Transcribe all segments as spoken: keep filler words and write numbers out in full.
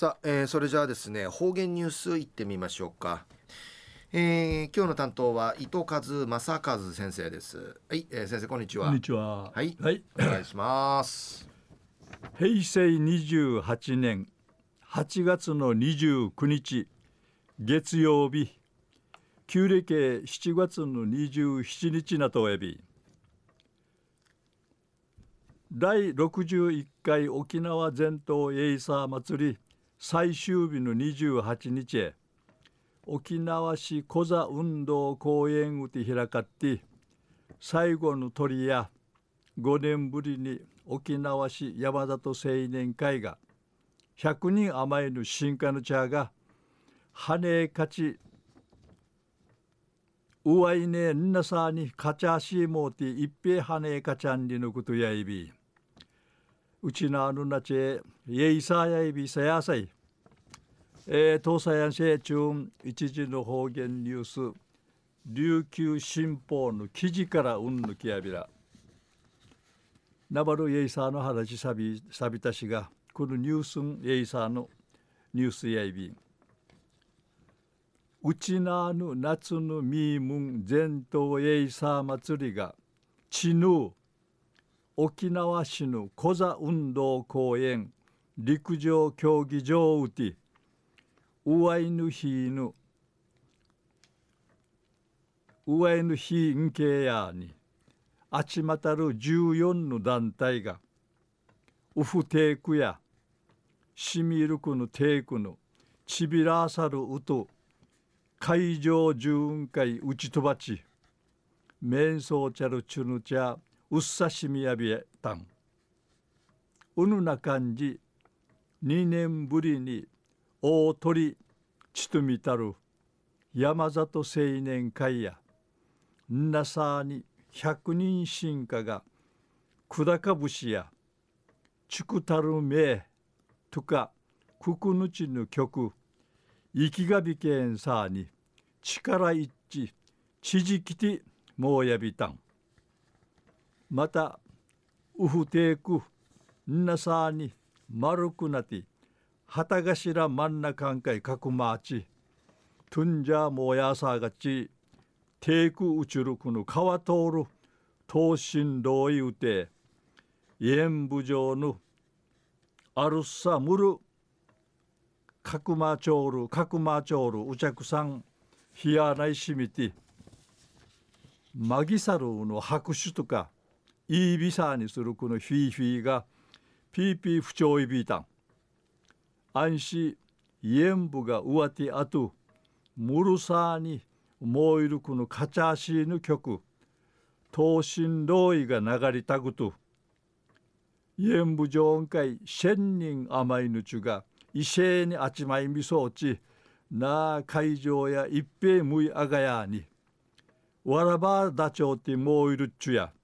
さあ、えーそれじゃあですね、方言ニュースいってみましょうか。えー今日の担当は伊藤和正和先生です。はい、えー先生こんにちは。 こんにちは。 はい、 はい。 お願いします。 平成にじゅうはちねんはちがつのにじゅうくにち月曜日、旧暦しちがつのにじゅうしちにちなとえび、だいろくじゅういっかい沖縄全島エイサー祭り最終日のにじゅうはちにちへ、沖縄市コザ運動公園うて開かって、最後の鳥やごねんぶりに沖縄市山里青年会がひゃくにん余りの新化の茶が羽勝ちうわいねんなさにかちゃしもうて一平羽かちゃんりのことやいび、うちなあのなちえいさやいびさやさい、えー、東西安市中一時の方言ニュース琉球新報の記事からうんぬきやびらナバルエイサーの話さびさびたしがこのニュースンエイサーのニュースやいびん、うちなぬ夏のミームン全島エイサー祭りがちぬ沖縄市のコザ運動公園陸上競技場うてうわいぬひぬうわいぬひんけやにあちまたるじゅうよんの団体がウフテークやシミルクのテークのちびらさるうと海上巡運会打ち飛ばち面相ちゃるちゅぬちゃうっさしみやびえたんうぬな感じにねんぶりに大鳥ちとみたる山里青年会やんなさにひゃくにん進化が久高節やちくたるめとかくくぬちぬ曲生きがびけんさに力一致ちじきてもうやびたん、またウフテークんなさに丸くなって旗頭真ん中んかいかくまちトゥンジャーもやさがちテークうちるくの川通る東進道いうて演武場のあるさむるかくまちょうるかくまちょうるうちゃくさんひやないしみてマギサルの拍手とかいいビサにするこのフィーフィーがピーピー不調いびいたん安心演武がうわてあとムルサーにもういるこのカチャーシーの曲東進ロイが流れたぐと演武場んかい千人甘いぬちが伊勢にあちまいみそうちなあ会場や一平むいあがやにわらばダチョウってもういるっちゅや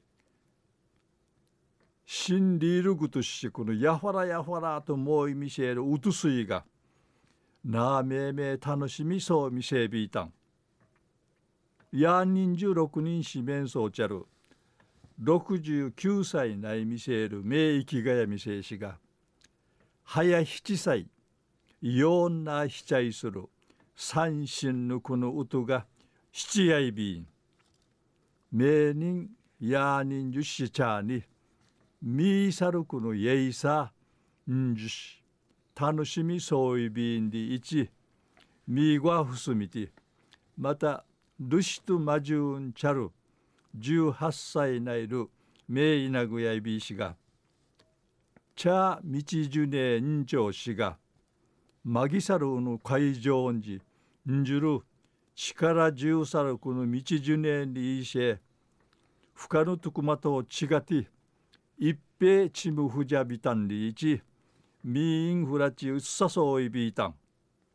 シンリールグとしてこのやわらやわらともういみせるうとすいがなあめいめい楽しみそうみせびいたんやんにんじゅうろくにんしめんそうちゃるろくじゅうきゅうさいないみせる名域がやみせしがはやななさいよんなひちゃいする三心のこのうとが七やいびん名人やにんじゅしちゃにみいさるこのやいさんじゅし楽しみそういびんでいちみごふすみてまたルシとマジュンチャルじゅうはっさいないる名いなぐやいびしがチャみちじゅねんじょうしがマギサルの会場んじんじゅる力じゅうさるこの道じゅねんにいせふかのとくまとちがて一平ちむふじゃびたんりいちみんふらちうっさそういびいたん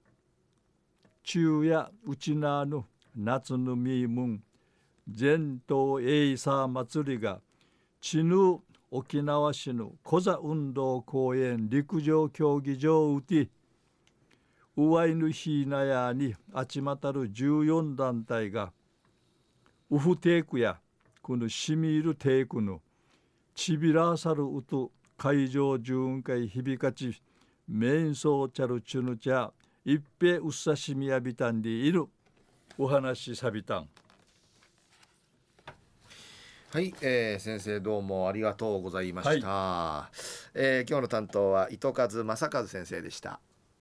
昼夜うちなぬ夏のみーむん全島エイサー祭りがちぬ沖縄市のコザ運動公園陸上競技場うてうわいぬひなやにあちまたるじゅうよん団体がウフテークやこのしみいるテークのちびらさるうと会場巡回響かちメインソーチャルチュヌチャ一平うっさしみやびたんでいるお話さびたん。 はい、えー、先生どうもありがとうございました、はい、えー、今日の担当は糸数正和先生でした。